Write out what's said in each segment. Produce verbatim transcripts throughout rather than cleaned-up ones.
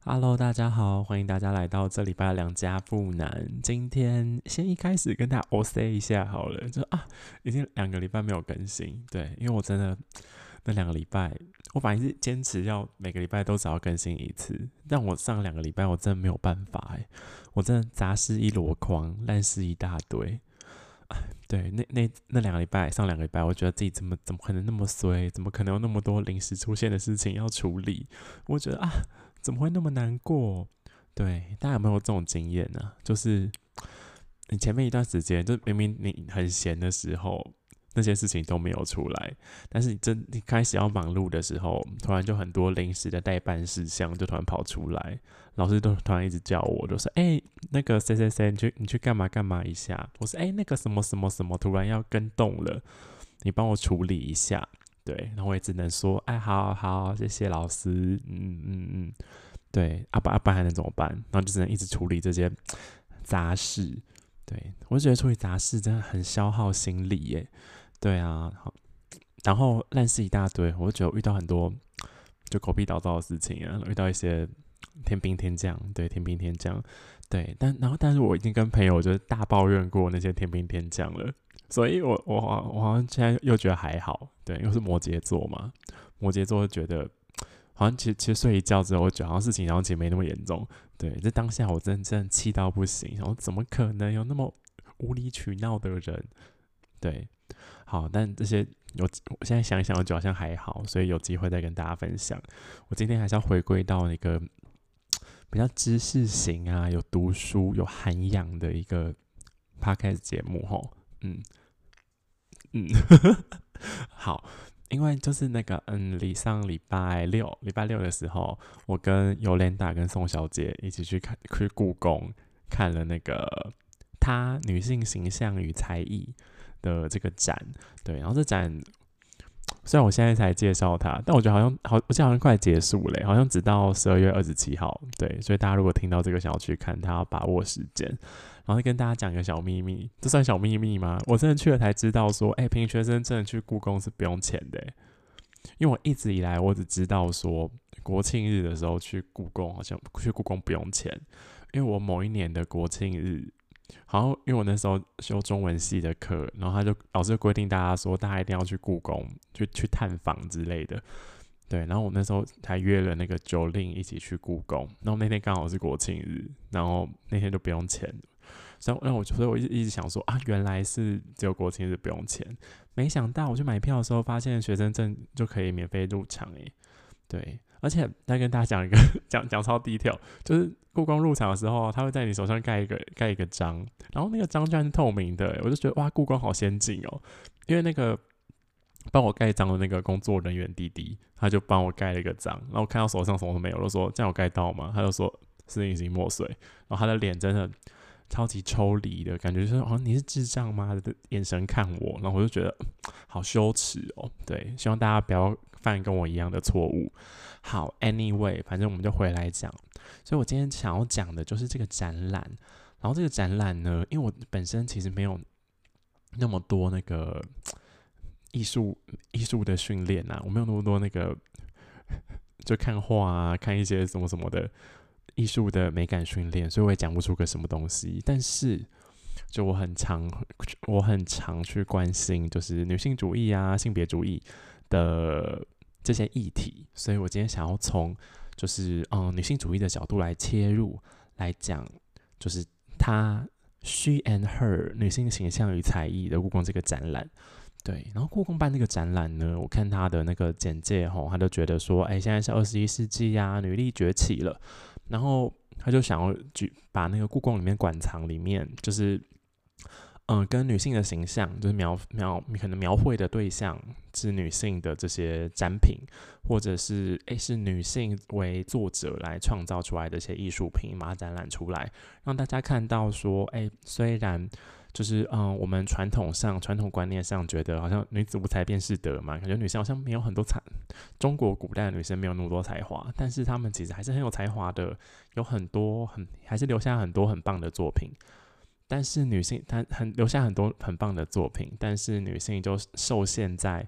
Hello，大家好，欢迎大家来到这礼拜的两家不难。今天先一开始跟大家 O C 一下好了，就啊，已经两个礼拜没有更新，对，因为我真的那两个礼拜，我本来是坚持要每个礼拜都只要更新一次，但我上两个礼拜我真的没有办法哎，我真的杂事一箩筐，烂事一大堆。对，那那那两个礼拜，上两个礼拜，我觉得自己怎么怎么可能那么衰，怎么可能有那么多临时出现的事情要处理？我觉得啊，怎么会那么难过？对，大家有没有这种经验呢、啊？就是你前面一段时间，就明明你很闲的时候，那些事情都没有出来，但是你真你开始要忙碌的时候，突然就很多临时的代办事项就突然跑出来，老师都突然一直叫我，就说：“哎、欸，那个谁谁谁，你去你去干嘛干嘛一下。”我说：“哎、欸，那个什么什么什么突然要跟动了，你帮我处理一下。”对，然后我也只能说：“哎，好好，谢谢老师。”嗯嗯嗯，对，阿爸阿爸还能怎么办？然后就只能一直处理这些杂事。对，我就觉得处理杂事真的很消耗心力耶。对啊，好，然后烂事一大堆，我就觉得我遇到很多就狗屁倒灶的事情啊，遇到一些天兵天将，对，天兵天将，对，但然后但是我已经跟朋友就是大抱怨过那些天兵天将了，所以我我我好像现在又觉得还好，对，又是摩羯座嘛，摩羯座就觉得好像其实其实睡一觉之后，我觉得好像事情然后其实没那么严重，对，在当下我真的真的气到不行，然后怎么可能有那么无理取闹的人？对，好，但这些有我现在想一想，我觉得好像还好，所以有机会再跟大家分享。我今天还是要回归到那个比较知识型啊，有读书、有涵养的一个 podcast 节目吼。嗯嗯，好，因为就是那个嗯，礼上礼拜六，礼拜六的时候，我跟尤莲达跟宋小姐一起去看去故宫看了那个她女性形象与才艺的这个展，对，然后这展虽然我现在才介绍它，但我觉得好像好，我记得好像快结束了，好像只到十二月二十七号。对，所以大家如果听到这个想要去看，他要把握时间。然后再跟大家讲一个小秘密，这算小秘密吗？我真的去了才知道说，哎、欸，平学生真的去故宫是不用钱的、欸。因为我一直以来我只知道说，国庆日的时候去故宫好像去故宫不用钱，因为我某一年的国庆日好像因为我那时候修中文系的课，然后他就老师就规定大家说，大家一定要去故宫，去去探访之类的。对，然后我那时候还约了那个九令一起去故宫，然后那天刚好是国庆日，然后那天就不用钱，所以让我所以我一直一直想说啊，原来是只有国庆日不用钱，没想到我去买票的时候发现学生证就可以免费入场诶。对，而且再跟大家讲一个讲讲超低调，就是故宫入场的时候，他会在你手上盖一个盖一个章，然后那个章居然是透明的，我就觉得哇，故宫好先进哦，因为那个帮我盖章的那个工作人员弟弟，他就帮我盖了一个章，然后我看到手上什么都没有，我就说这样有盖到吗？他就说是隐形墨水，然后他的脸真的超级抽离的感觉，就是好像你是智障吗的眼神看我，然后我就觉得好羞耻哦。对，希望大家不要犯跟我一样的错误。好 ，anyway，反正我们就回来讲。所以我今天想要讲的就是这个展览。然后这个展览呢，因为我本身其实没有那么多那个艺术艺术的训练啊，我没有那么多那个就看画啊，看一些什么什么的艺术的美感训练，所以我也讲不出个什么东西。但是就我很常我很常去关心，就是女性主义啊、性别主义的这些议题，所以我今天想要从就是嗯女性主义的角度来切入来讲，就是她 She and Her 女性形象与才艺的故宫这个展览。对，然后故宫办那个展览呢，我看他的那个简介吼，他就觉得说，哎，现在是二十一世纪呀、啊，女力崛起了，然后他就想要举把那个故宫里面馆藏里面，就是嗯、呃，跟女性的形象，就是描描可能描绘的对象是女性的这些展品，或者是哎是女性为作者来创造出来的一些艺术品，把它展览出来，让大家看到说，哎，虽然就是嗯，我们传统上传统观念上觉得好像女子无才便是德嘛，感觉女生好像没有很多才，中国古代的女生没有那么多才华，但是她们其实还是很有才华的，有很多很还是留下很多很棒的作品。但是女性她很留下很多很棒的作品，但是女性就受限在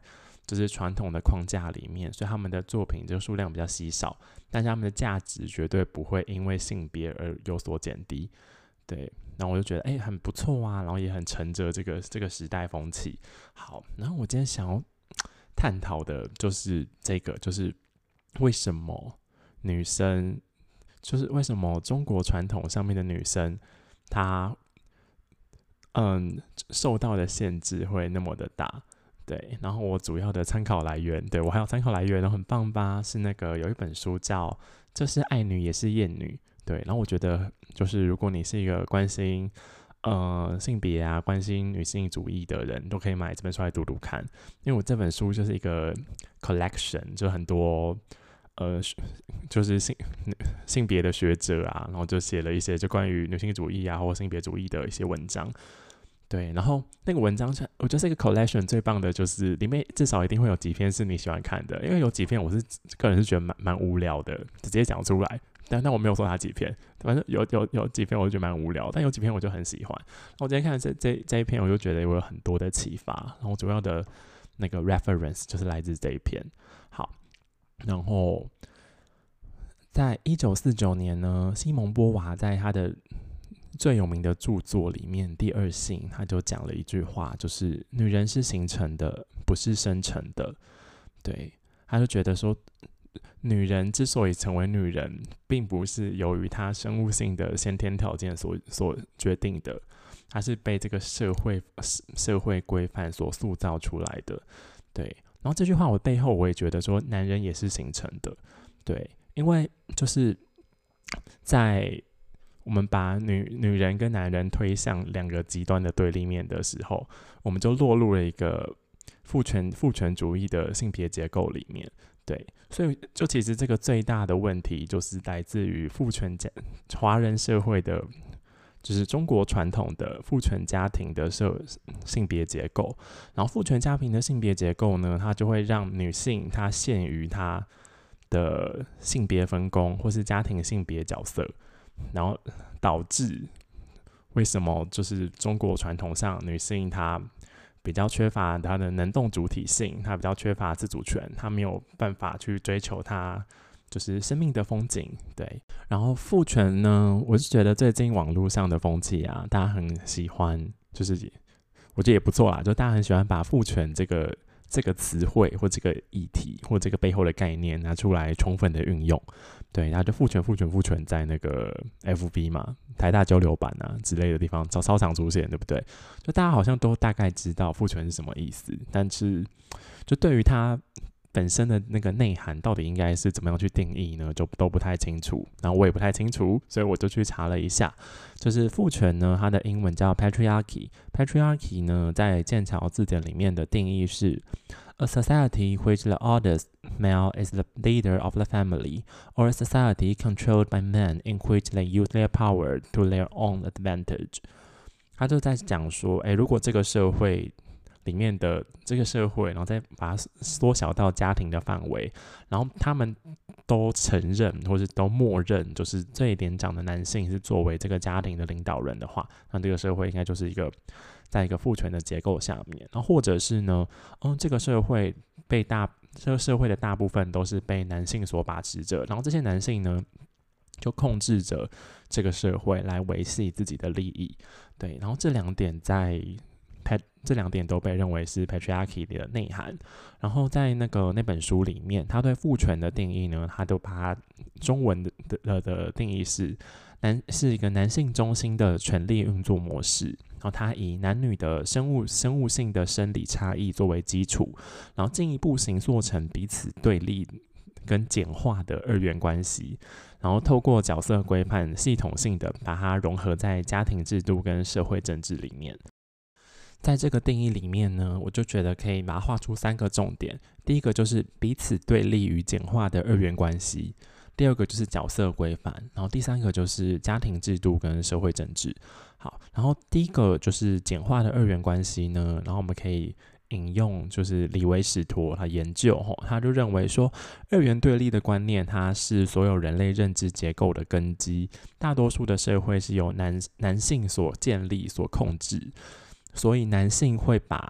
就是传统的框架里面，所以他们的作品就数量比较稀少，但是他们的价值绝对不会因为性别而有所减低。对，然后我就觉得哎、欸、很不错啊，然后也很乘着这个这个时代风气。好，然后我今天想要探讨的就是这个，就是为什么女生，就是为什么中国传统上面的女生，她嗯受到的限制会那么的大。对，然后我主要的参考来源，对我还有参考来源，很棒吧？是那个有一本书叫《这是爱女也是厌女》。对，然后我觉得就是如果你是一个关心呃性别啊、关心女性主义的人，都可以买这本书来读读看。因为我这本书就是一个 collection， 就很多呃就是性性别的学者啊，然后就写了一些就关于女性主义啊或性别主义的一些文章。对，然后那个文章，我觉得这个 collection 最棒的就是里面至少一定会有几篇是你喜欢看的，因为有几篇我是个人是觉得蛮蛮无聊的，直接讲出来。但但我没有说哪几篇，反正有有有几篇我就觉得蛮无聊，但有几篇我就很喜欢。我今天看这这这一篇，我就觉得我有很多的启发，然后主要的那个 reference 就是来自这一篇。好，然后在一九四九年呢，西蒙波娃在他的最有名的著作里面《第二性》，他就讲了一句话，就是女人是形成的，不是生成的。对，他就觉得说，女人之所以成为女人，并不是由于她生物性的先天条件所所决定的，它是被这个社会社会规范所塑造出来的。对，然后这句话我背后我也觉得说，男人也是形成的。对，因为就是在我们把 女, 女人跟男人推向两个极端的对立面的时候，我们就落入了一个父权父权主义的性别结构里面。对，所以就其实这个最大的问题就是来自于父权家华人社会的，就是中国传统的父权家庭的社性别结构。然后父权家庭的性别结构呢，它就会让女性她限于她的性别分工或是家庭性别角色。然后导致为什么就是中国传统上女性她比较缺乏她的能动主体性，她比较缺乏自主权，她没有办法去追求她就是生命的风景。对，然后父权呢，我是觉得最近网络上的风气啊，大家很喜欢，就是我觉得也不错啦，就大家很喜欢把父权这个这个词汇或这个议题或这个背后的概念拿出来充分的运用。对，然后就父权父权父权在那个 F B 嘛，台大交流版啊之类的地方超超常出现，对不对？就大家好像都大概知道父权是什么意思，但是就对于它本身的那个内涵到底应该是怎么样去定义呢，就都不太清楚。然后我也不太清楚，所以我就去查了一下，就是父权呢，它的英文叫 patriarchy。patriarchy 呢，在剑桥字典里面的定义是A society which the oldest male is the leader of the family, or a society controlled by men in which they use their power to their own advantage. 他就在讲说，哎，如果这个社会里面的这个社会，然后再把它缩小到家庭的范围，然后他们都承认或是都默认，就是最年长的男性是作为这个家庭的领导人的话，那这个社会应该就是一个在一个父权的结构下面。然后或者是呢，嗯，这个社会被大这个社会的大部分都是被男性所把持着，然后这些男性呢就控制着这个社会来维系自己的利益。对，然后这两点在这两点都被认为是 patriarchy 的内涵。然后在那个那本书里面，他对父权的定义呢，他都把它中文 的, 的, 的定义是男是一个男性中心的权力运作模式。然后他以男女的生物生物性的生理差异作为基础，然后进一步形塑成彼此对立跟简化的二元关系，然后透过角色规范系统性的把它融合在家庭制度跟社会政治里面。在这个定义里面呢，我就觉得可以把它画出三个重点。第一个就是彼此对立与简化的二元关系，第二个就是角色规范，然后第三个就是家庭制度跟社会政治。好，然后第一个就是简化的二元关系呢，然后我们可以引用就是李维史陀他研究，他就认为说二元对立的观念它是所有人类认知结构的根基，大多数的社会是由 男, 男性所建立所控制，所以男性会把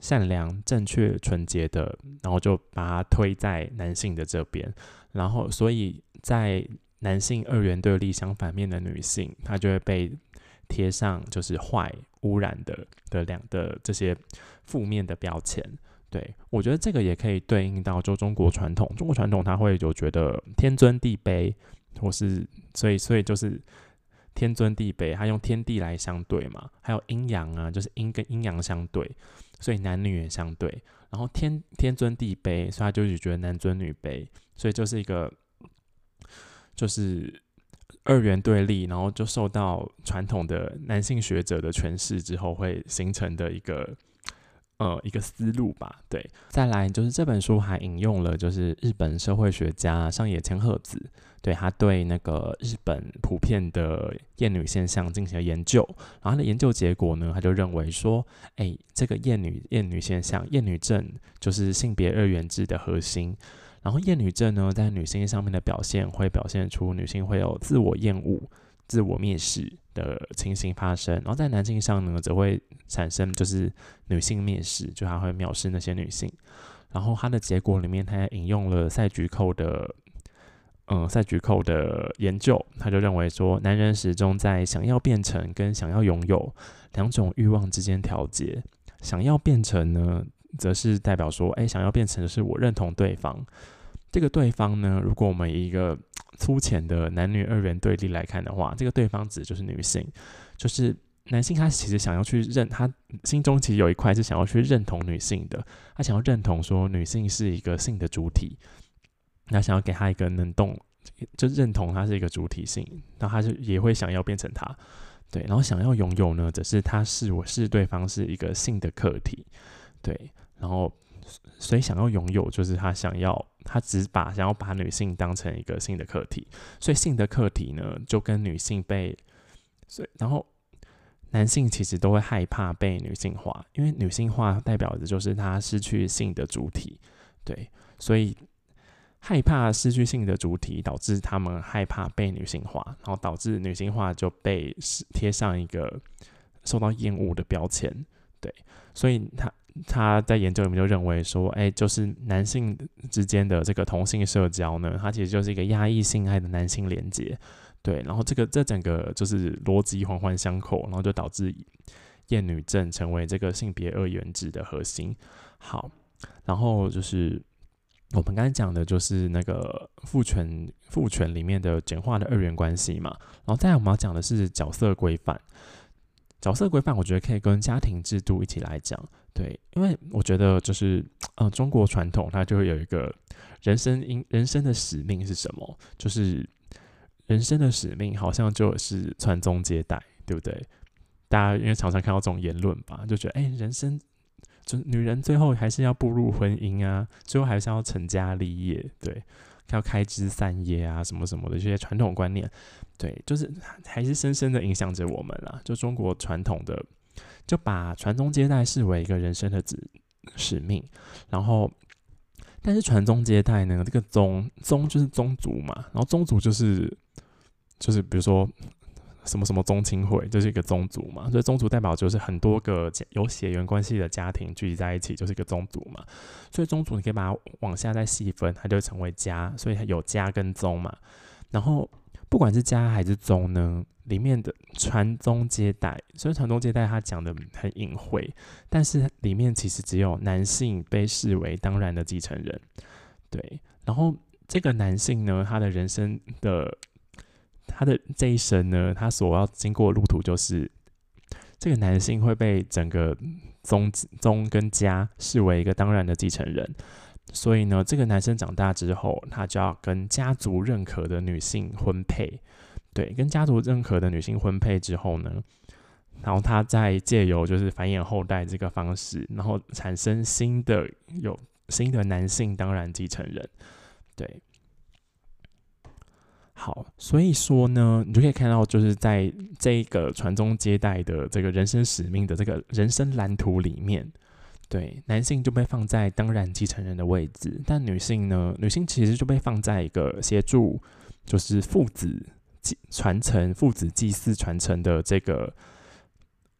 善良、正确、纯洁的，然后就把它推在男性的这边，然后所以在男性二元对立相反面的女性，她就会被贴上就是坏、污染的的两的这些负面的标签。对，我觉得这个也可以对应到就中国传统，中国传统它会有觉得天尊地卑，或是所以所以就是天尊地卑，它用天地来相对嘛，还有阴阳啊，就是阴跟阴阳相对，所以男女也相对。然后天天尊地卑，所以他就是觉得男尊女卑，所以就是一个就是二元对立，然后就受到传统的男性学者的诠释之后，会形成的一个。呃，一个思路吧，对。再来就是这本书还引用了，就是日本社会学家上野千鹤子，对他对那个日本普遍的厌女现象进行了研究，然后他的研究结果呢，他就认为说，哎，这个厌女厌女现象，厌女症就是性别二元制的核心。然后厌女症呢，在女性上面的表现会表现出女性会有自我厌恶、自我蔑视的情形发生，然后在男性上呢，则会产生就是女性蔑视，就他会藐视那些女性。然后他的结果里面，他也引用了赛局寇的，嗯，赛局寇的研究，他就认为说，男人始终在想要变成跟想要拥有两种欲望之间调节。想要变成呢，则是代表说，哎，想要变成的是我认同对方。这个对方呢，如果我们以一个粗浅的男女二元对立来看的话，这个对方指的就是女性，就是男性他其实想要去认，他心中其实有一块是想要去认同女性的，他想要认同说女性是一个性的主体，他想要给他一个能动，就认同他是一个主体性，然后他就也会想要变成他，对，然后想要拥有呢，则是他视我视对方是一个性的客体，对，然后所以想要拥有就是他想要。他只把想要把女性当成一个性的客体，所以性的客体呢，就跟女性被，所以然后男性其实都会害怕被女性化，因为女性化代表的就是他失去性的主体，对，所以害怕失去性的主体，导致他们害怕被女性化，然后导致女性化就被贴上一个受到厌恶的标签，对，所以他。他在研究里面就认为说，哎，就是男性之间的这个同性社交呢，它其实就是一个压抑性爱的男性连结，对，然后这个这整个就是逻辑环环相扣，然后就导致厌女症成为这个性别二元制的核心。好，然后就是我们刚才讲的就是那个父权父权里面的简化的二元关系嘛，然后再来我们要讲的是角色规范。角色规范，我觉得可以跟家庭制度一起来讲，对，因为我觉得就是，呃，中国传统它就会有一个人生因人生的使命是什么？就是人生的使命好像就是传宗接代，对不对？大家因为常常看到这种言论吧，就觉得，哎，人生就女人最后还是要步入婚姻啊，最后还是要成家立业，对。要开枝散叶啊，什么什么的这些传统观念，对，就是还是深深的影响着我们啦。就中国传统的，就把传宗接代视为一个人生的使命，然后，但是传宗接代呢，这个宗宗就是宗族嘛，然后宗族就是就是比如说。什么什么宗亲会，就是一个宗族嘛，所以宗族代表就是很多个有血缘关系的家庭聚集在一起，就是一个宗族嘛。所以宗族你可以把它往下再细分，它就成为家，所以有家跟宗嘛。然后不管是家还是宗呢，里面的传宗接代，所以传宗接代它讲的很隐晦，但是里面其实只有男性被视为当然的继承人，对。然后这个男性呢，他的人生的。他的这一生呢，他所要经过的路途就是，这个男性会被整个宗宗跟家视为一个当然的继承人，所以呢，这个男生长大之后，他就要跟家族认可的女性婚配，对，跟家族认可的女性婚配之后呢，然后他再借由就是繁衍后代这个方式，然后产生新的有新的男性当然继承人，对。好，所以说呢，你就可以看到，就是在这个传宗接代的这个人生使命的这个人生蓝图里面，对，男性就被放在当然继承人的位置，但女性呢，女性其实就被放在一个协助，就是父子传承、父子祭祀传承的这个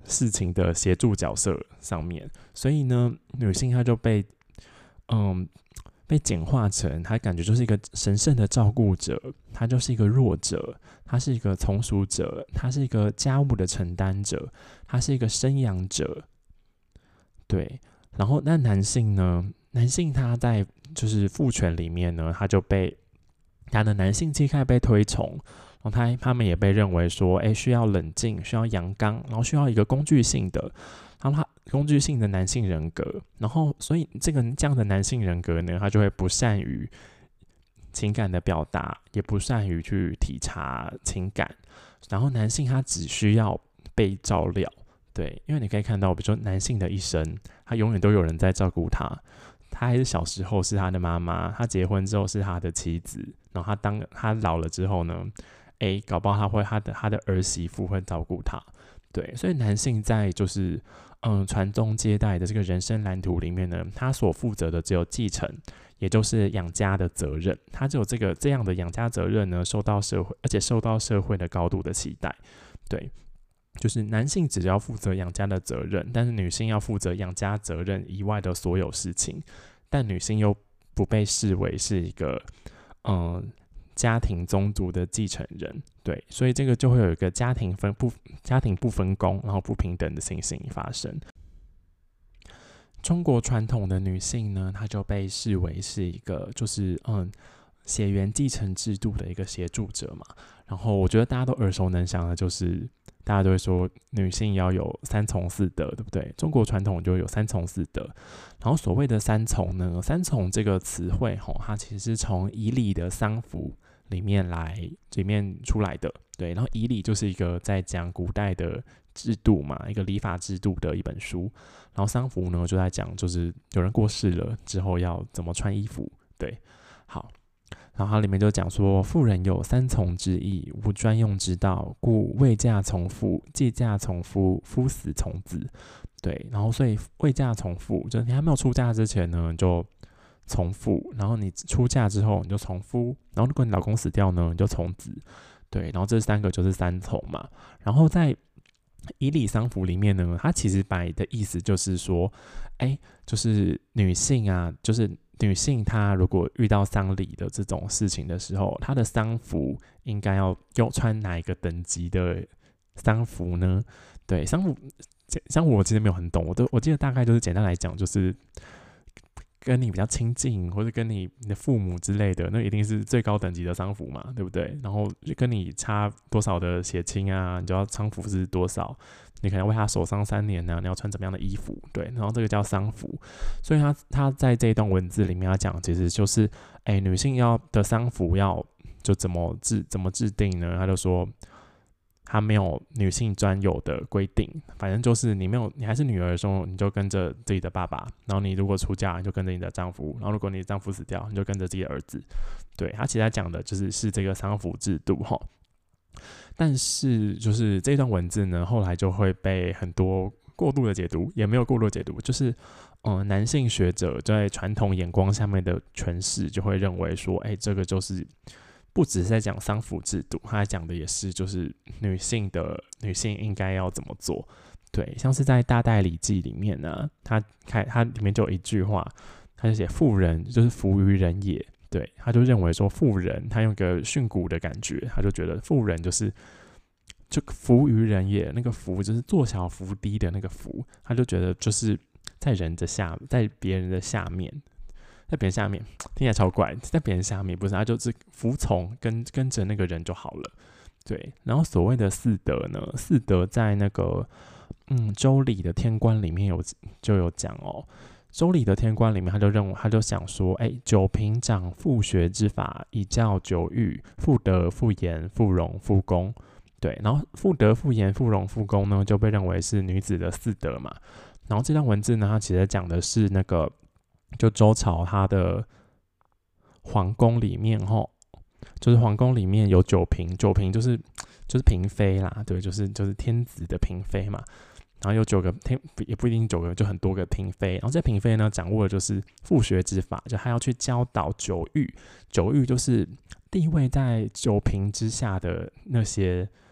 事情的协助角色上面，所以呢，女性她就被嗯被简化成，她感觉就是一个神圣的照顾者，她就是一个弱者，她是一个从属者，她是一个家务的承担者，她是一个生养者，对。然后那男性呢？男性他在就是父权里面呢，他就被他的男性气概被推崇，然后他他们也被认为说，哎，需要冷静，需要阳刚，然后需要一个工具性的，然后他工具性的男性人格，然后所以这个这样的男性人格呢，他就会不善于情感的表达，也不善于去体察情感，然后男性他只需要被照料。对，因为你可以看到，比如说男性的一生，他永远都有人在照顾他。他还是小时候是他的妈妈，他结婚之后是他的妻子，然后他当他老了之后呢，哎，搞不好他会他的他的儿媳妇会照顾他。对，所以男性在就是嗯传宗接代的这个人生蓝图里面呢，他所负责的只有继承，也就是养家的责任。他只有这个这样的养家责任呢，受到社会，而且受到社会的高度的期待。对。就是男性只要负责养家的责任，但是女性要负责养家责任以外的所有事情，但女性又不被视为是一个嗯家庭宗族的继承人，对，所以这个就会有一个家庭分不家庭不分工，然后不平等的情形发生。中国传统的女性呢，她就被视为是一个就是嗯血缘继承制度的一个协助者嘛，然后我觉得大家都耳熟能详的就是。大家都会说女性要有三从四德，对不对？中国传统就有三从四德。然后所谓的三从呢，三从这个词汇，它其实是从仪礼的丧服里面来里面出来的。对，然后仪礼就是一个在讲古代的制度嘛，一个礼法制度的一本书。然后丧服呢，就在讲就是有人过世了之后要怎么穿衣服。对，好。然后它里面就讲说，妇人有三从之意，无专用之道，故未嫁从父，既嫁从夫，夫死从子。对，然后所以未嫁从父，就是你还没有出嫁之前呢，你就从父；然后你出嫁之后，你就从夫；然后如果你老公死掉呢，你就从子。对，然后这三个就是三从嘛。然后在以礼丧服里面呢，它其实摆的意思就是说，哎，就是女性啊，就是女性她如果遇到丧礼的这种事情的时候，她的丧服应该要用穿哪一个等级的丧服呢？对，丧服，丧服我其实没有很懂，我都我记得大概就是简单来讲，就是跟你比较亲近，或者跟你你的父母之类的，那一定是最高等级的丧服嘛，对不对？然后跟你差多少的血亲啊，你就要丧服是多少，你可能为他守丧三年啊，你要穿怎么样的衣服，对，然后这个叫丧服。所以他他在这一段文字里面要讲，其实就是，哎，女性要的丧服要就怎么制怎么制定呢？他就说。他没有女性专有的规定，反正就是你没有，你还是女儿的时候，你就跟着自己的爸爸；然后你如果出嫁，你就跟着你的丈夫；然后如果你丈夫死掉，你就跟着自己的儿子。对，他其实讲的就是是这个丧服制度哈。但是就是这段文字呢，后来就会被很多过度的解读，也没有过度的解读，就是嗯、呃，男性学者在传统眼光下面的诠释，就会认为说，哎，这个就是。不只是在讲丧服制度，他讲的也是就是女性的女性应该要怎么做。对，像是在《大代礼记》里面呢，他开他里面就有一句话，他就写妇人就是服于人也。对，他就认为说妇人，他用个训诂的感觉，他就觉得妇人就是就服于人也，那个服就是做小伏低的那个服，他就觉得就是在人的下，在别人的下面。在别人下面听起来超怪，在别人下面不是，他就是服从跟跟着那个人就好了。对，然后所谓的四德呢，四德在那个嗯周礼的天官里面有就有讲哦。周礼的天官里面，他就认为他就想说，哎，九平长复学之法，以教九育，复德、复言、复容、复恭。对，然后复德、复言、复容、复恭呢，就被认为是女子的四德嘛。然后这段文字呢，它其实讲的是那个。就周朝他的皇宫里面吼，就是皇宫里面有九嫔，九嫔就是就是嫔妃啦，对，就是就是天子的嫔妃嘛。然后有九个天，也不一定九个，就很多个嫔妃。然后这嫔妃呢，掌握的就是复学之法，就还要去教导九育。九育就是地位在九嫔之下的那些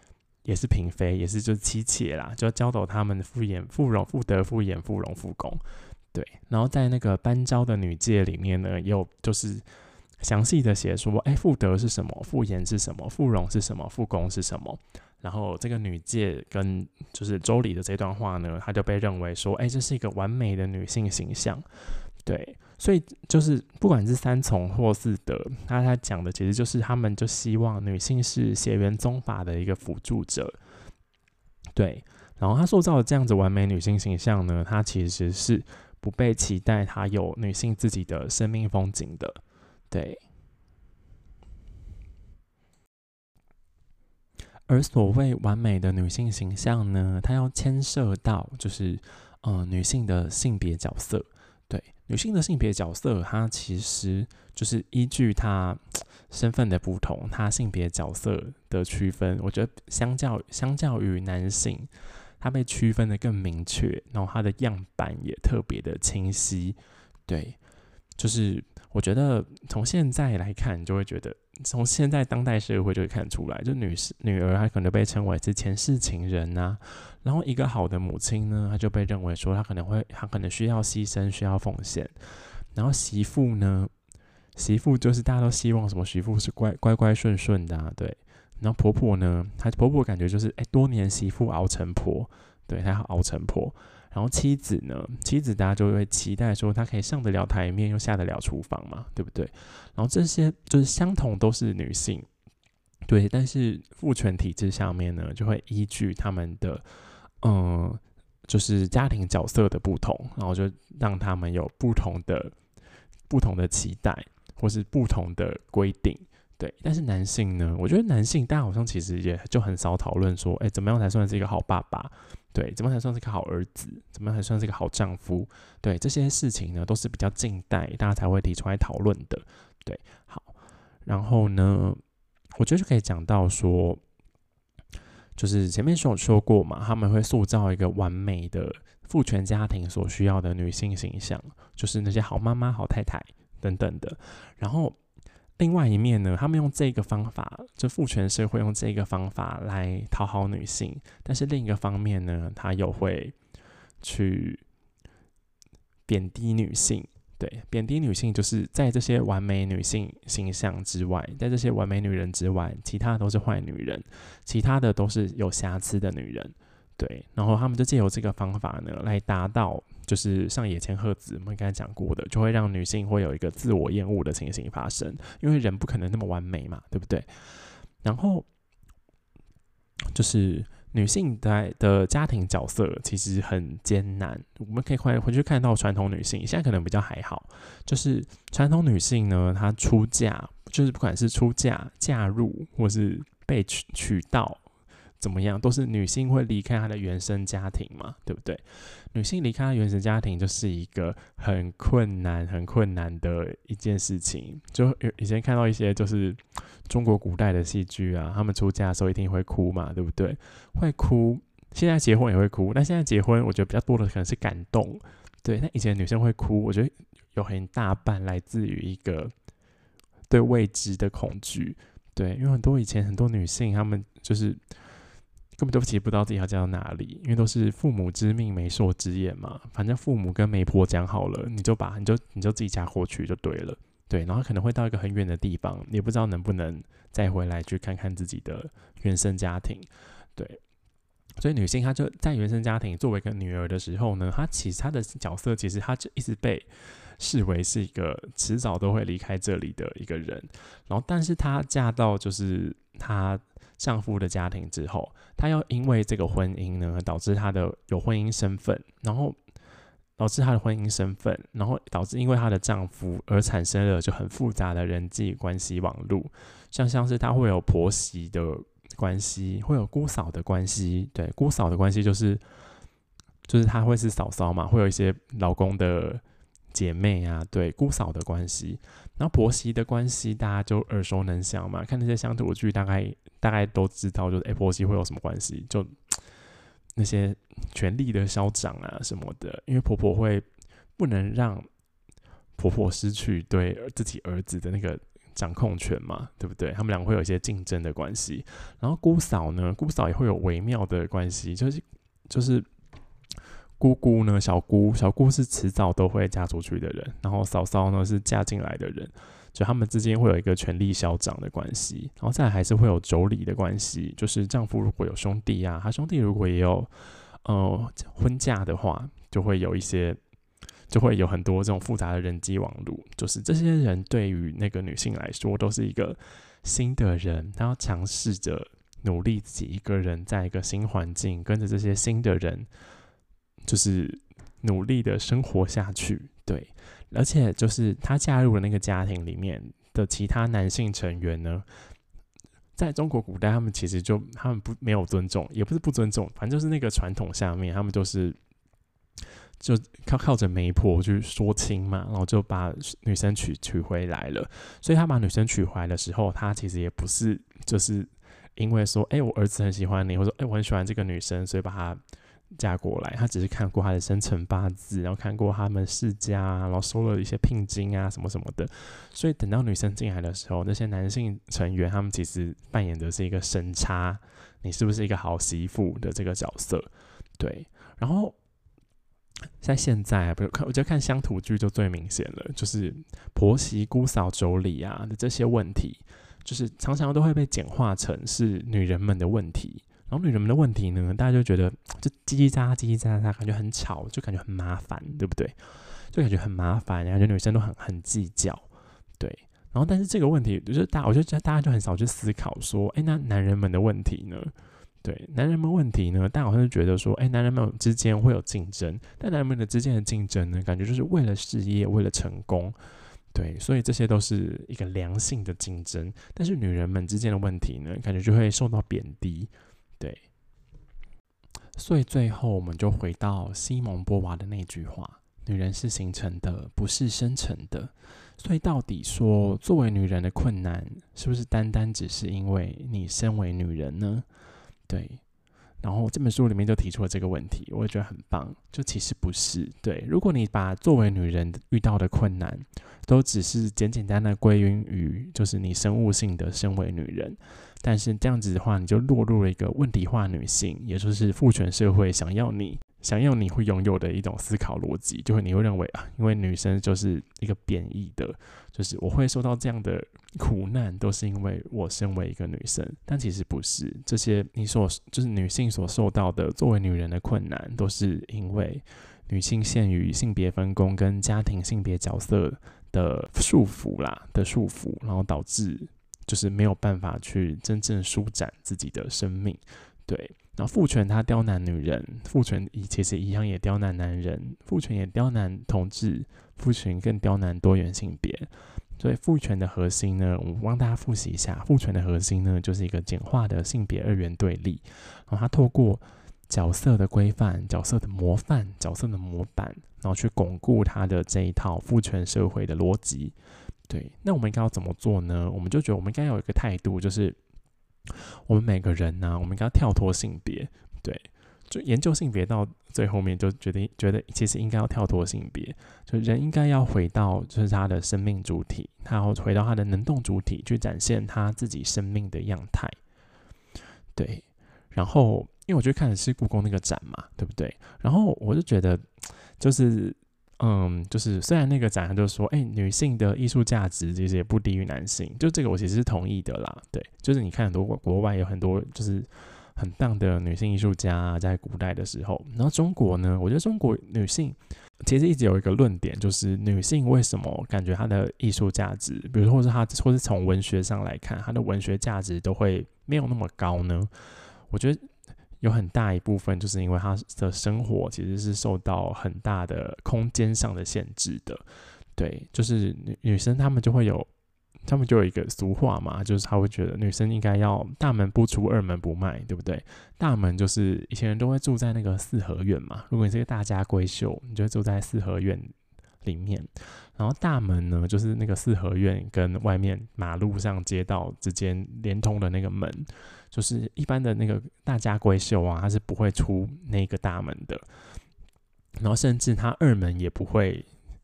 也是嫔妃，也是就是妻妾啦，就教导他们妇衍妇容妇德妇衍妇容妇恭。对，然后在那个班昭的女诫里面呢，也有就是详细的写说，哎，妇德是什么，妇言是什么，妇容是什么，妇恭是什么。然后这个女诫跟就是周礼的这段话呢，它就被认为说，哎，这是一个完美的女性形象。对，所以就是不管是三从或四德，他他讲的其实就是他们就希望女性是血缘宗法的一个辅助者。对，然后他塑造的这样子完美女性形象呢，它其实是不被期待她有女性自己的生命风景的。对，而所谓完美的女性形象呢，它要牵涉到就是呃女性的性别角色。对，女性的性别角色，它其实就是依据她身份的不同，她性别角色的区分，我觉得相较相较于男性，它被区分的更明确，然后它的样板也特别的清晰。对，就是我觉得从现在来看，你就会觉得从现在当代社会就会看出来，就女女儿她可能被称为是前世情人啊，然后一个好的母亲呢，她就被认为说她可能会她可能需要牺牲，需要奉献。然后媳妇呢，媳妇就是大家都希望什么媳妇是乖乖乖顺顺的啊，对。然后婆婆呢，她婆婆感觉就是哎，多年媳妇熬成婆，对，她要熬成婆。然后妻子呢，妻子大家就会期待说她可以上得了台面，又下得了厨房嘛，对不对？然后这些就是相同都是女性，对，但是父权体制下面呢，就会依据他们的嗯，就是家庭角色的不同，然后就让他们有不同的不同的期待，或是不同的规定。对，但是男性呢，我觉得男性大家好像其实也就很少讨论说，哎，怎么样才算是一个好爸爸？对，怎么样才算是一个好儿子？怎么样才算是一个好丈夫？对，这些事情呢，都是比较近代大家才会提出来讨论的。对，好，然后呢，我觉得就可以讲到说，就是前面有说过嘛，他们会塑造一个完美的父权家庭所需要的女性形象，就是那些好妈妈、好太太等等的。然后另外一面呢，他们用这个方法，就父权社会用这个方法来讨好女性，但是另一个方面呢，他又会去贬低女性。对，贬低女性就是在这些完美女性形象之外，在这些完美女人之外，其他的都是坏女人，其他的都是有瑕疵的女人。对，然后他们就借由这个方法呢，来达到就是像野千鹤子我们刚才讲过的，就会让女性会有一个自我厌恶的情形发生，因为人不可能那么完美嘛，对不对？然后就是女性的的家庭角色其实很艰难，我们可以回回去看到传统女性，现在可能比较还好，就是传统女性呢，她出嫁，就是不管是出嫁、嫁入或是被娶娶到。怎么样，都是女性会离开她的原生家庭嘛，对不对？女性离开她原生家庭就是一个很困难、很困难的一件事情。就以前看到一些就是中国古代的戏剧啊，他们出嫁的时候一定会哭嘛，对不对？会哭，现在结婚也会哭，但现在结婚我觉得比较多的可能是感动，对。但以前女生会哭，我觉得有很大半来自于一个对未知的恐惧，对，因为很多以前很多女性她们就是根本都其实不知道自己要嫁到哪里，因为都是父母之命媒妁之言嘛，反正父母跟媒婆讲好了，你就把你就你就自己嫁过去就对了，对，然后可能会到一个很远的地方，也不知道能不能再回来去看看自己的原生家庭，对，所以女性她就在原生家庭作为一个女儿的时候呢，她其实她的角色其实她就一直被视为是一个迟早都会离开这里的一个人，然后但是她嫁到就是她丈夫的家庭之后，她要因为这个婚姻呢，导致她的有婚姻身份，然后导致她的婚姻身份，然后导致因为她的丈夫而产生了就很复杂的人际关系网路，像像是她会有婆媳的关系，会有姑嫂的关系，对，姑嫂的关系就是就是她会是嫂嫂嘛，会有一些老公的姐妹啊，对，姑嫂的关系，然后婆媳的关系大家就耳熟能详嘛，看那些乡土剧大概大概都知道，就是哎婆媳会有什么关系，就那些权力的消长啊什么的，因为婆婆会不能让婆婆失去对自己儿子的那个掌控权嘛，对不对？他们两个会有一些竞争的关系。然后姑嫂呢，姑嫂也会有微妙的关系，就是就是姑姑呢，小姑小姑是迟早都会嫁出去的人，然后嫂嫂呢是嫁进来的人，就他们之间会有一个权力消长的关系。然后再来还是会有妯娌的关系，就是丈夫如果有兄弟啊，他兄弟如果也有呃婚嫁的话，就会有一些。就会有很多这种复杂的人际网络，就是这些人对于那个女性来说都是一个新的人，她要尝试着努力自己一个人在一个新环境，跟着这些新的人，就是努力的生活下去。对，而且就是她嫁入了那个家庭里面的其他男性成员呢，在中国古代，他们其实就他们不没有尊重，也不是不尊重，反正就是那个传统下面，他们就是。就靠靠着媒婆去说亲嘛，然后就把女生娶娶回来了。所以他把女生娶回来的时候，他其实也不是就是因为说，哎、欸，我儿子很喜欢你，或者说，哎、欸，我很喜欢这个女生，所以把她嫁过来。他只是看过她的生辰八字，然后看过他们世家，然后收了一些聘金啊什么什么的。所以等到女生进来的时候，那些男性成员他们其实扮演的是一个审查你是不是一个好媳妇的这个角色。对，然后。在现在啊，我觉得看乡土剧就最明显了，就是婆媳、姑嫂、妯娌啊的这些问题，就是常常都会被简化成是女人们的问题。然后女人们的问题呢，大家就觉得就叽叽喳喳、叽叽喳喳，感觉很吵，就感觉很麻烦，对不对？就感觉很麻烦，感觉女生都很很计较，对。然后但是这个问题，就是大，我觉得大家就很少去思考说，哎，那男人们的问题呢？对，男人们问题呢，大家好像是觉得说，哎，男人们之间会有竞争，但男人们的之间的竞争呢，感觉就是为了事业，为了成功，对，所以这些都是一个良性的竞争。但是女人们之间的问题呢，感觉就会受到贬低，对。所以最后我们就回到西蒙波娃的那句话：女人是形成的，不是生成的。所以到底说，作为女人的困难，是不是单单只是因为你身为女人呢？对，然后这本书里面就提出了这个问题，我也觉得很棒。就其实不是，对，如果你把作为女人遇到的困难，都只是简简单单归因于就是你生物性的身为女人，但是这样子的话，你就落入了一个问题化女性，也就是父权社会想要你想要你会拥有的一种思考逻辑，就会你会认为啊，因为女生就是一个贬义的，就是我会受到这样的苦难，都是因为我身为一个女生，但其实不是，这些你所就是女性所受到的作为女人的困难，都是因为女性限于性别分工跟家庭性别角色的束缚啦的束缚，然后导致就是没有办法去真正舒展自己的生命，对。然后父权它刁难女人，父权其实一样也刁难男人，父权也刁难同志，父权更刁难多元性别。所以父权的核心呢，我帮大家复习一下，父权的核心呢，就是一个简化的性别二元对立，然后它透过角色的规范、角色的模范、角色的模板，然后去巩固它的这一套父权社会的逻辑。对，那我们应该要怎么做呢？我们就觉得我们应该有一个态度，就是我们每个人呢、啊，我们应该要跳脱性别，对，就研究性别到最后面就觉得觉得其实应该要跳脱性别，就人应该要回到就是他的生命主体，他要回到他的能动主体去展现他自己生命的样态，对。然后因为我去看的是故宫那个展嘛，对不对？然后我就觉得就是嗯，就是虽然那个展就说，哎、欸，女性的艺术价值其实也不低于男性，就这个我其实是同意的啦。对，就是你看很多国外有很多就是很棒的女性艺术家、啊、在古代的时候，然后中国呢，我觉得中国女性其实一直有一个论点，就是女性为什么感觉她的艺术价值，比如说或是她或是从文学上来看，她的文学价值都会没有那么高呢？我觉得有很大一部分就是因为她的生活其实是受到很大的空间上的限制的。对，就是女女生她们就会有，她们就有一个俗话嘛，就是她会觉得女生应该要大门不出二门不迈，对不对？大门就是以前人都会住在那个四合院嘛，如果你是一个大家闺秀，你就会住在四合院里面，然后大门呢，就是那个四合院跟外面马路上街道之间连通的那个门，就是一般的那个大家闺秀啊，她是不会出那个大门的，然后甚至她二门也不会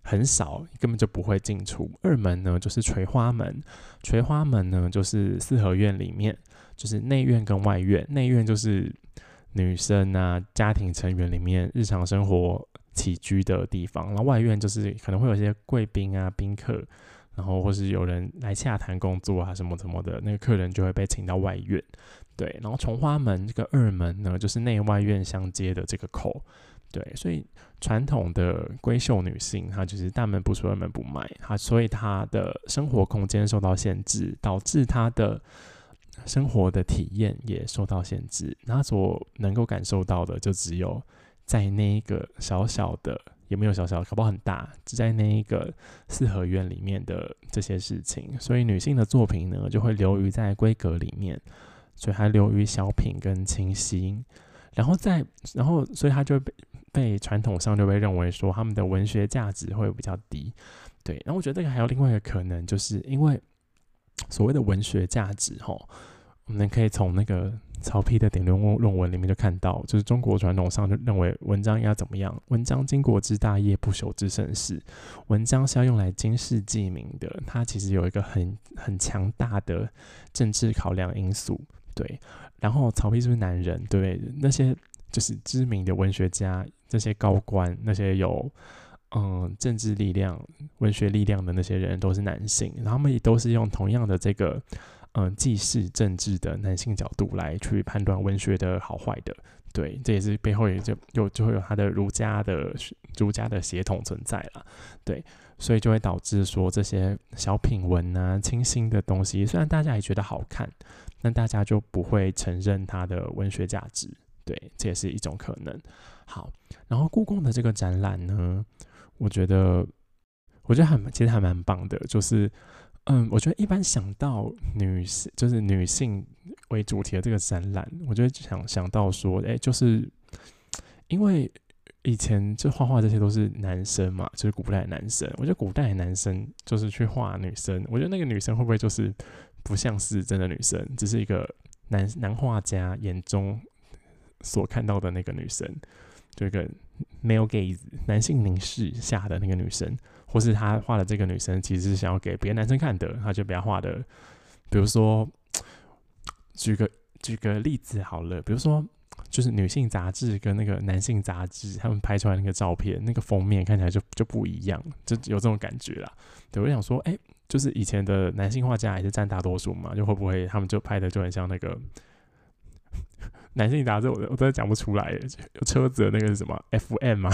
很少，根本就不会进出。二门呢就是垂花门，垂花门呢就是四合院里面，就是内院跟外院，内院就是女生啊家庭成员里面日常生活起居的地方，然后外院就是可能会有一些贵宾啊宾客，然后或是有人来洽谈工作啊什么什么的，那个客人就会被请到外院。对，然后从花门这个二门呢就是内外院相接的这个口。对，所以传统的闺秀女性，她就是大门不出二门不迈，她所以她的生活空间受到限制，导致她的生活的体验也受到限制。她所能够感受到的，就只有在那一个小小的，也没有小小，搞不好很大，只在那一个四合院里面的这些事情。所以女性的作品呢，就会流于在闺阁里面，所以还流于小品跟清新。然后在，然后所以她就被被传统上就被认为说他们的文学价值会比较低。对，然后我觉得这个还有另外一个可能，就是因为所谓的文学价值齁，我们可以从那个曹丕的典论论文里面就看到，就是中国传统上就认为文章应该怎么样，文章经国之大业，不朽之盛世，文章是要用来经世济民的，它其实有一个很很强大的政治考量因素。对，然后曹丕是不是男人？对，那些就是知名的文学家，这些高官，那些有嗯政治力量、文学力量的那些人都是男性，然后他们也都是用同样的这个嗯记事政治的男性角度来去判断文学的好坏的。对，这也是背后也就有就会有他的儒家的儒家的血统存在啦。对，所以就会导致说这些小品文啊、清新的东西，虽然大家也觉得好看，但大家就不会承认它的文学价值。对，这也是一种可能。好，然后故宫的这个展览呢，我觉得，我觉得还其实还蛮棒的，就是嗯，我觉得一般想到女性，就是女性为主题的这个展览，我就会想想到说，哎，就是因为以前就画画这些都是男生嘛，就是古代的男生，我觉得古代的男生就是去画女生，我觉得那个女生会不会就是不像是真的女生，只是一个男男画家眼中所看到的那个女生，就一个 male gaze 男性凝视下的那个女生，或是他画的这个女生其实是想要给别的男生看的，他就把他画的，比如说举个举个例子好了，比如说就是女性杂志跟那个男性杂志，他们拍出来那个照片，那个封面看起来就就不一样，就有这种感觉啦。对，我想说，哎、欸，就是以前的男性画家还是占大多数嘛，就会不会他们就拍的就很像那个男性杂志，我我真的讲不出来，有车子的那个是什么 F M 吗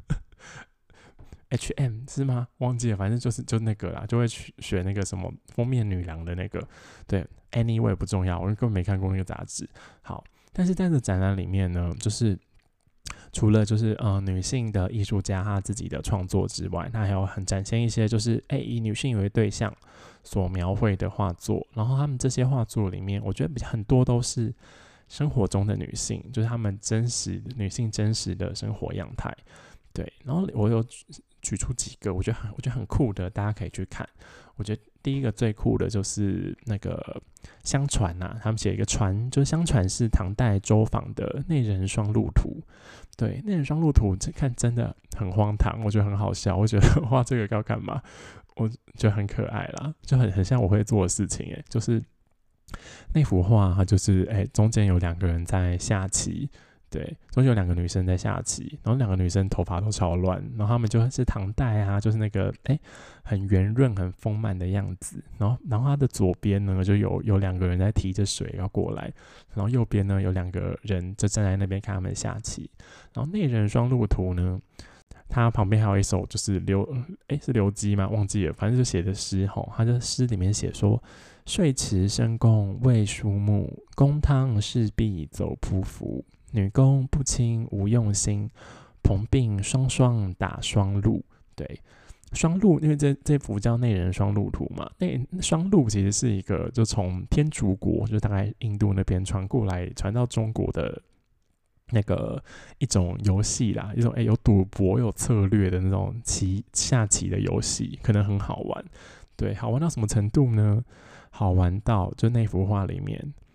？H M 是吗？忘记了，反正就是就那个啦，就会选那个什么封面女郎的那个。对 ，anyway 不重要，我根本没看过那个杂志。好，但是在这展览里面呢，就是除了就是呃女性的艺术家她自己的创作之外，她还有很展现一些就是哎、欸、以女性为对象所描绘的画作，然后他们这些画作里面，我觉得很多都是生活中的女性，就是她们真实女性真实的生活样态。对，然后我有举出几个我觉得很我觉得很酷的，大家可以去看。我觉得第一个最酷的就是那个相传啊，他们写一个传，就是相传是唐代周昉的内人双陆图。对，内人双陆图看真的很荒唐，我觉得很好笑。我觉得画这个要干嘛？我觉得很可爱啦，就很很像我会做的事情哎，就是那幅画它就是哎中间有两个人在下棋。对，中间有两个女生在下棋，然后两个女生头发都超乱，然后她们就是唐代啊，就是那个哎很圆润、很丰满的样子。然后，然后她的左边呢就有有两个人在提着水要过来，然后右边呢有两个人就站在那边看他们下棋。然后内人双陆图呢，它旁边还有一首就是刘哎是刘基吗？忘记了，反正就写的诗吼，他的诗里面写说：睡池深宫未梳目，公汤侍婢走仆服。女工不清无用心，蓬鬓双双打双陆。对，双陆，因为这这幅叫内人双陆图嘛，那双陆其实是一个就从天竺国，就大概印度那边传过来，传到中国的那个一种游戏啦，一种哎、欸、有赌博有策略的那种棋下棋的游戏，可能很好玩。对，好玩到什么程度呢？好玩到就那幅画里面。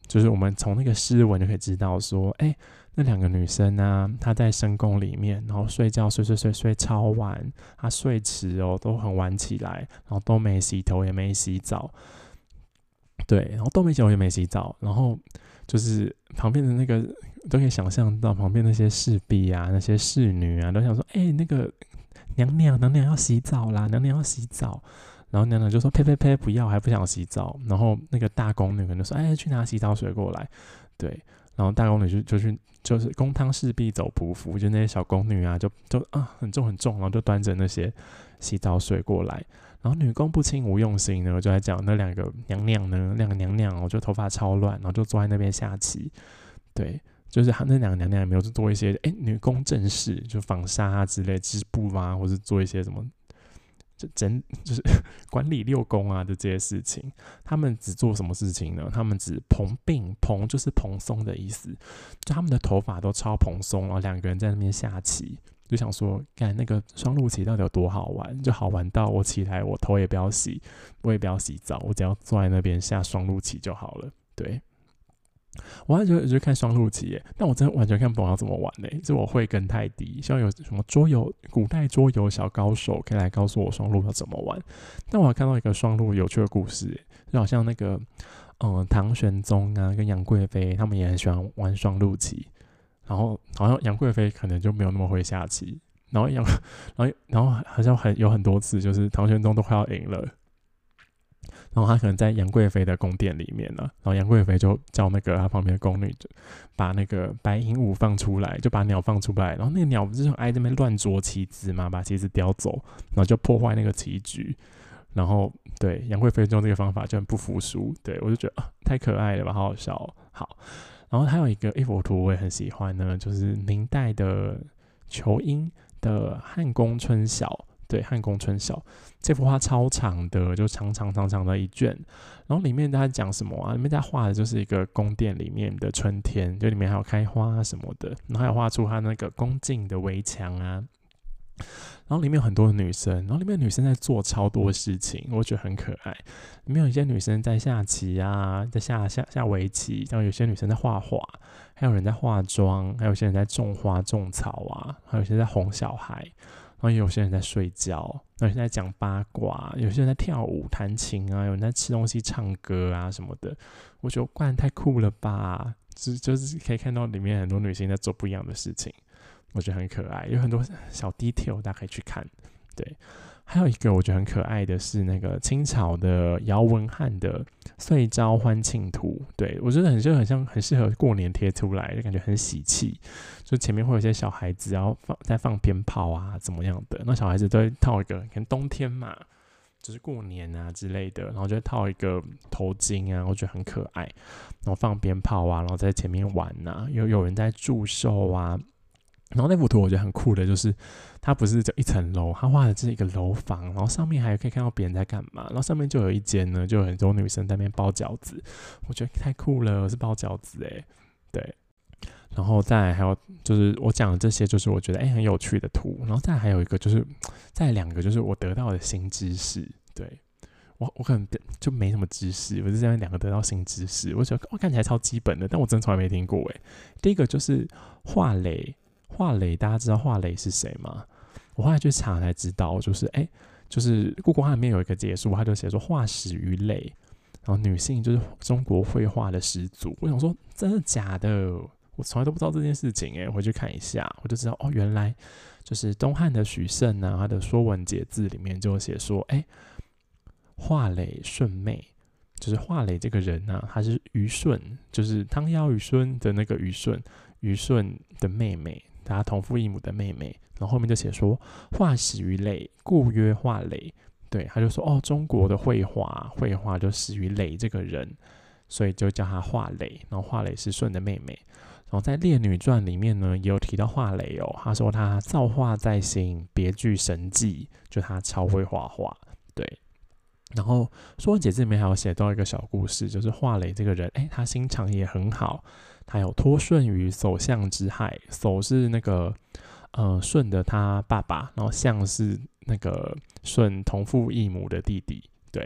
就是我们从那个诗文就可以知道说，哎、欸，那两个女生啊，她在深宫里面，然后睡觉睡睡睡睡超晚，她睡迟哦，都很晚起来，然后都没洗头也没洗澡，对，然后都没洗头也没洗澡，然后就是旁边的那个都可以想象到旁边那些侍婢啊，那些侍女啊，都想说，哎、欸，那个娘娘娘娘要洗澡啦，娘娘要洗澡。然后娘娘就说：“呸呸呸，不要，还不想洗澡。”然后那个大宫女可能就说：“哎，去拿洗澡水过来。”对，然后大宫女就就去，就是公汤侍婢走仆服，就那些小宫女啊，就就啊很重很重，然后就端着那些洗澡水过来。然后女工不亲无用心呢，就在讲那两个娘娘呢，两个娘娘哦，就头发超乱，然后就坐在那边下棋。对，就是他那两个娘娘也没有做一些哎女工正事，就纺纱啊之类，织布啊，或是做一些什么。就整就是管理六宫啊的这些事情，他们只做什么事情呢？他们只蓬鬓，蓬就是蓬松的意思，就他们的头发都超蓬松，然后两个人在那边下棋，就想说，干那个双陆棋到底有多好玩？就好玩到我起来，我头也不要洗，我也不要洗澡，我只要坐在那边下双陆棋就好了。对。我还觉得就看双陆棋耶，但我真的完全看不懂要怎么玩嘞，就我慧根太低。希望有什么桌游、古代桌游小高手可以来告诉我双陆要怎么玩。但我还看到一个双陆有趣的故事耶，就好像那个嗯唐玄宗啊跟杨贵妃他们也很喜欢玩双陆棋，然后好像杨贵妃可能就没有那么会下棋，然后杨然后然后好像很有很多次就是唐玄宗都快要赢了。然后他可能在杨贵妃的宫殿里面呢，然后杨贵妃就叫那个他旁边的宫女就把那个白鹦鹉放出来，就把鸟放出来，然后那个鸟不是就挨这边乱啄棋子嘛，把棋子叼走，然后就破坏那个棋局。然后对杨贵妃用这个方法就很不服输，对我就觉得、啊、太可爱了吧，好好笑、哦。好，然后还有一个一幅图我也很喜欢呢，就是明代的仇英的汉宫春晓。对，汉宫春晓这幅画超长的，就长长长长的一卷，然后里面在讲什么啊？里面在画的就是一个宫殿里面的春天，就里面还有开花什么的，然后还有画出它那个宫禁的围墙啊，然后里面有很多的女生，然后里面的女生在做超多事情，我觉得很可爱。里面有一些女生在下棋啊，在下下下围棋，然后有些女生在画画，还有人在化妆，还有些人在种花种草啊，还有些人在哄小孩。然后也有些人在睡觉，有些人在讲八卦，有些人在跳舞、弹琴啊，有人在吃东西、唱歌啊什么的。我觉得哇，太酷了吧！就就是可以看到里面很多女性在做不一样的事情，我觉得很可爱，有很多小 detail 大家可以去看。对，还有一个我觉得很可爱的是那个清朝的姚文翰的《岁朝欢庆图》，对我觉得很就很像很适合过年贴出来，就感觉很喜气。就前面会有一些小孩子，然后放在放鞭炮啊，怎么样的？那小孩子都会套一个，可能冬天嘛，就是过年啊之类的，然后就会套一个头巾啊，我觉得很可爱。然后放鞭炮啊，然后在前面玩啊，有有人在祝寿啊。然后那幅图我觉得很酷的，就是它不是就一层楼，它画的是一个楼房，然后上面还可以看到别人在干嘛，然后上面就有一间呢，就有很多女生在那边包饺子，我觉得太酷了，是包饺子哎，对。然后再来还有就是我讲的这些，就是我觉得哎很有趣的图，然后再来还有一个就是再来两个就是我得到的新知识，对。我我可能就没什么知识，我是这样两个得到新知识，我觉得我看起来超基本的，但我真的从来没听过哎。第一个就是画蕾。画蕾，大家知道画蕾是谁吗？我后来去查才知道，就是哎、欸，就是故宫里面有一个解说，他就写说画始于蕾，然后女性就是中国绘画的始祖。我想说，真的假的？我从来都不知道这件事情、欸，哎，回去看一下，我就知道哦，原来就是东汉的许慎啊，他的《说文解字》里面就写说，哎、欸，画蕾顺妹。就是画蕾这个人啊，他是虞舜，就是汤妖虞孙的那个虞舜，虞舜的妹妹。他同父异母的妹妹，然后后面就写说画始于蕾，故曰画蕾。对，他就说哦，中国的绘画，绘画就始于蕾这个人，所以就叫他画蕾。然后画蕾是舜的妹妹。然后在《列女传》里面呢，也有提到画蕾哦，他说他造化在心，别具神技，就他超会画画。对。然后《说文解字》里面还有写到一个小故事，就是画蕾这个人，哎，他心肠也很好，他有托舜于叟相之害。叟是那个呃舜的他爸爸，然后相是那个舜同父异母的弟弟，对。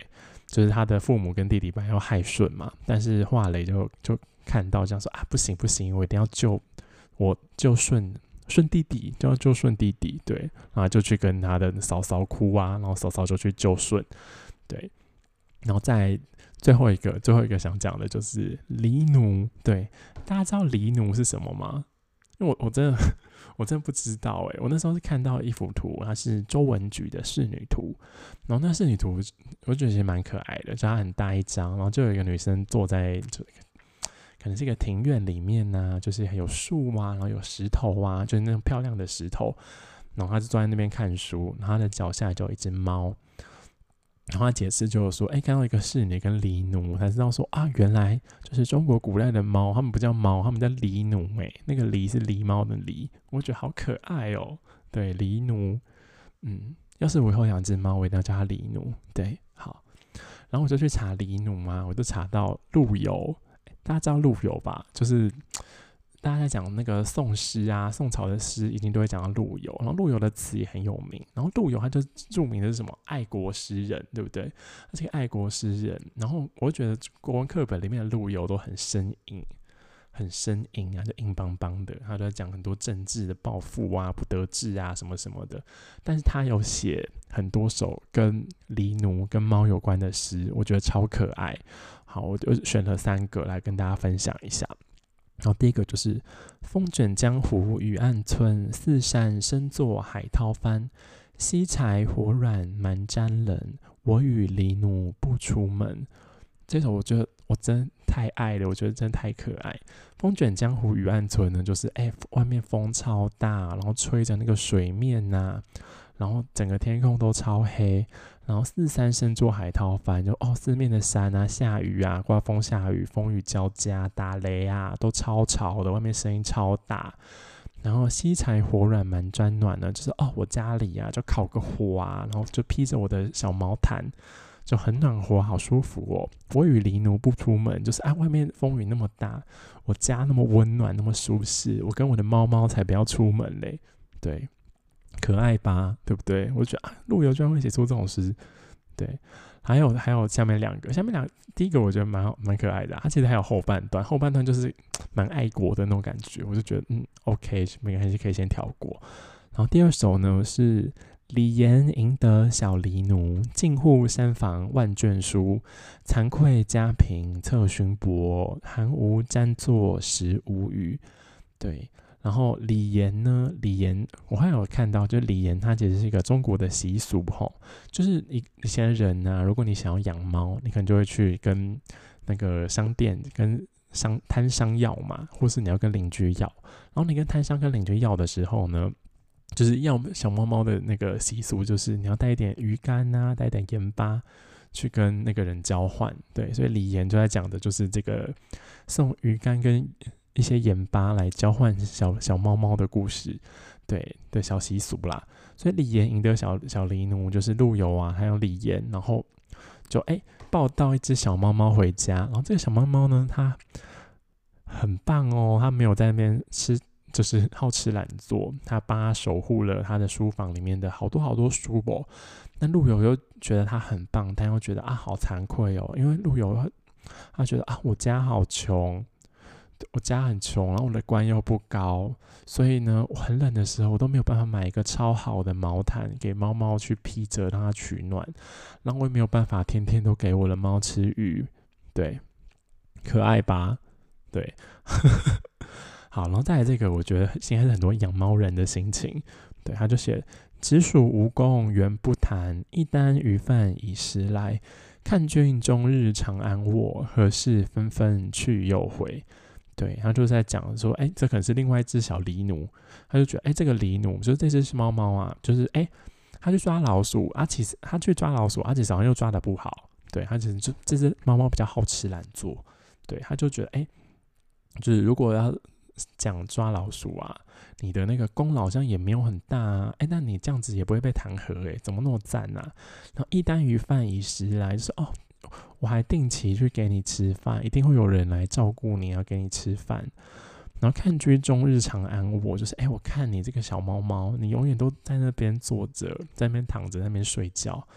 就是他的父母跟弟弟本来要害舜嘛，但是华雷就就看到这样说啊，不行不行，我一定要救我救舜舜弟弟，就要救舜弟弟，对，然后就去跟他的嫂嫂哭啊，然后嫂嫂就去救舜，对，然后再最后一个最后一个想讲的就是黎奴，对，大家知道黎奴是什么吗？因为我我真的我真的不知道哎、欸，我那时候是看到一幅图，它是周文菊的仕女图，然后那仕女图我觉得其实蛮可爱的，就它很大一张，然后就有一个女生坐在就可能是一个庭院里面呐、啊，就是有树啊，然后有石头啊，就是那种漂亮的石头，然后她就坐在那边看书，然后她的脚下就有一只猫。然后他解释就是说，哎，看到一个仕女跟黎奴，才知道说啊，原来就是中国古代的猫，他们不叫猫，他们叫黎奴，哎，那个黎是狸猫的狸，我觉得好可爱哦。对，黎奴，嗯，要是我以后养只猫，我一定要叫它黎奴。对，好，然后我就去查黎奴嘛，我就查到陆游，大家知道陆游吧？就是大家在讲那个宋诗啊，宋朝的诗一定都会讲到陆游，然后陆游的词也很有名，然后陆游他就著名的是什么爱国诗人，对不对？他是个爱国诗人，然后我觉得国文课本里面的陆游都很生硬，很生硬啊，就硬邦邦的，他都在讲很多政治的抱负啊、不得志啊什么什么的，但是他有写很多首跟黎奴、跟猫有关的诗，我觉得超可爱。好，我就选了三个来跟大家分享一下。然后第一个就是风卷江湖雨暗村，四山深作海涛翻，溪柴火软蛮沾人，我与黎奴不出门。这首我觉得我真太爱了，我觉得真的太可爱。风卷江湖雨暗村呢，就是哎、欸、外面风超大，然后吹着那个水面啊，然后整个天空都超黑，然后四山深作海涛翻，就哦四面的山啊，下雨啊，刮风下雨，风雨交加，打雷啊，都超吵的，外面声音超大。然后溪柴火软蛮沾暖呢，就是哦我家里啊就烤个火啊，然后就披着我的小毛毯，就很暖和，好舒服哦。我与黎奴不出门，就是啊外面风雨那么大，我家那么温暖，那么舒适，我跟我的猫猫才不要出门嘞，对。可爱吧，对不对？我觉得啊，陆游居然会写出这种诗，对。还有还有下面两个，下面两个第一个我觉得蛮蛮可爱的、啊，它其实还有后半段，后半段就是蛮爱国的那种感觉，我就觉得嗯 OK， 没关系，可以先跳过。然后第二首呢是李严赢得小黎奴，进户山房万卷书，惭愧家贫策勋帛，寒无沾作时无语。对。然后李严呢？李严，我还有看到，就是李严，他其实是一个中国的习俗吼，就是以前人呢、啊，如果你想要养猫，你可能就会去跟那个商店、跟商摊商要嘛，或是你要跟邻居要。然后你跟摊商跟邻居要的时候呢，就是要小猫猫的那个习俗，就是你要带一点鱼干啊，带一点盐巴去跟那个人交换。对，所以李严就在讲的就是这个送鱼干跟一些盐巴来交换小小猫猫的故事，对的小习俗啦。所以李严赢得小小黎奴，就是陆游啊，还有李严，然后就哎、欸、抱到一只小猫猫回家，然后这个小猫猫呢，它很棒哦，它没有在那边吃，就是好吃懒做，它帮它守护了它的书房里面的好多好多书哦。那陆游又觉得它很棒，但又觉得啊好惭愧哦，因为陆游他觉得啊我家好穷。我家很穷，然后我的官又不高，所以呢，我很冷的时候我都没有办法买一个超好的毛毯给猫猫去披着，让它取暖。然后我也没有办法天天都给我的猫吃鱼，对，可爱吧？对，好，然后再来这个，我觉得现在是很多养猫人的心情，对，他就写：直属无功原不谈，一担鱼饭以食来。看君终日长安卧，何事纷纷去又回。对，他就在讲说，哎、欸，这可能是另外一只小黎奴，他就觉得，哎、欸，这个黎奴就是这只是猫猫啊，就是哎、欸，他去抓老鼠啊，其实他去抓老鼠，啊，其实好像又抓得不好，对，他其实就这只猫猫比较好吃懒做，对，他就觉得，哎、欸，就是如果要讲抓老鼠啊，你的那个功劳好像也没有很大啊，哎、欸，那你这样子也不会被弹劾，哎，怎么那么赞啊？然后一担鱼饭以食来，就是哦。我还定期去给你吃饭，一定会有人来照顾你，要给你吃饭。然后看君终日长安卧，就是哎、欸，我看你这个小猫猫，你永远都在那边坐着，在那边躺着，在那边睡觉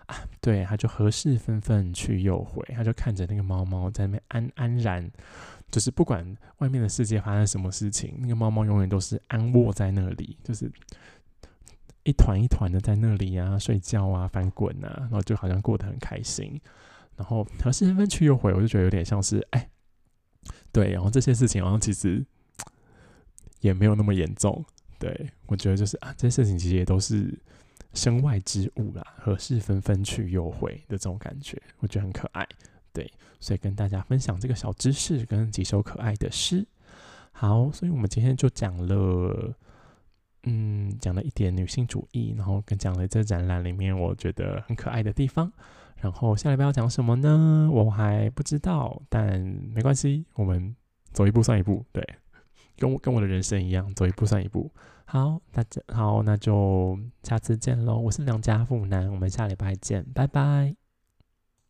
啊，对，他就何事纷纷去又回，他就看着那个猫猫在那边安安然，就是不管外面的世界发生什么事情，那个猫猫永远都是安卧在那里，就是一团一团的在那里啊，睡觉啊，翻滚啊，然后就好像过得很开心。然后何事纷纷去又回，我就觉得有点像是哎，对，然后这些事情好像其实也没有那么严重。对，我觉得就是啊，这些事情其实也都是身外之物啦，何事纷纷去又回的这种感觉，我觉得很可爱。对，所以跟大家分享这个小知识跟几首可爱的诗。好，所以我们今天就讲了，嗯，讲了一点女性主义，然后跟讲了这展览里面我觉得很可爱的地方。然后下礼拜要讲什么呢？我还不知道，但没关系，我们走一步算一步。对，跟我跟我的人生一样，走一步算一步。好，大家好，那就下次见喽。我是良家妇男，我们下礼拜见，拜拜。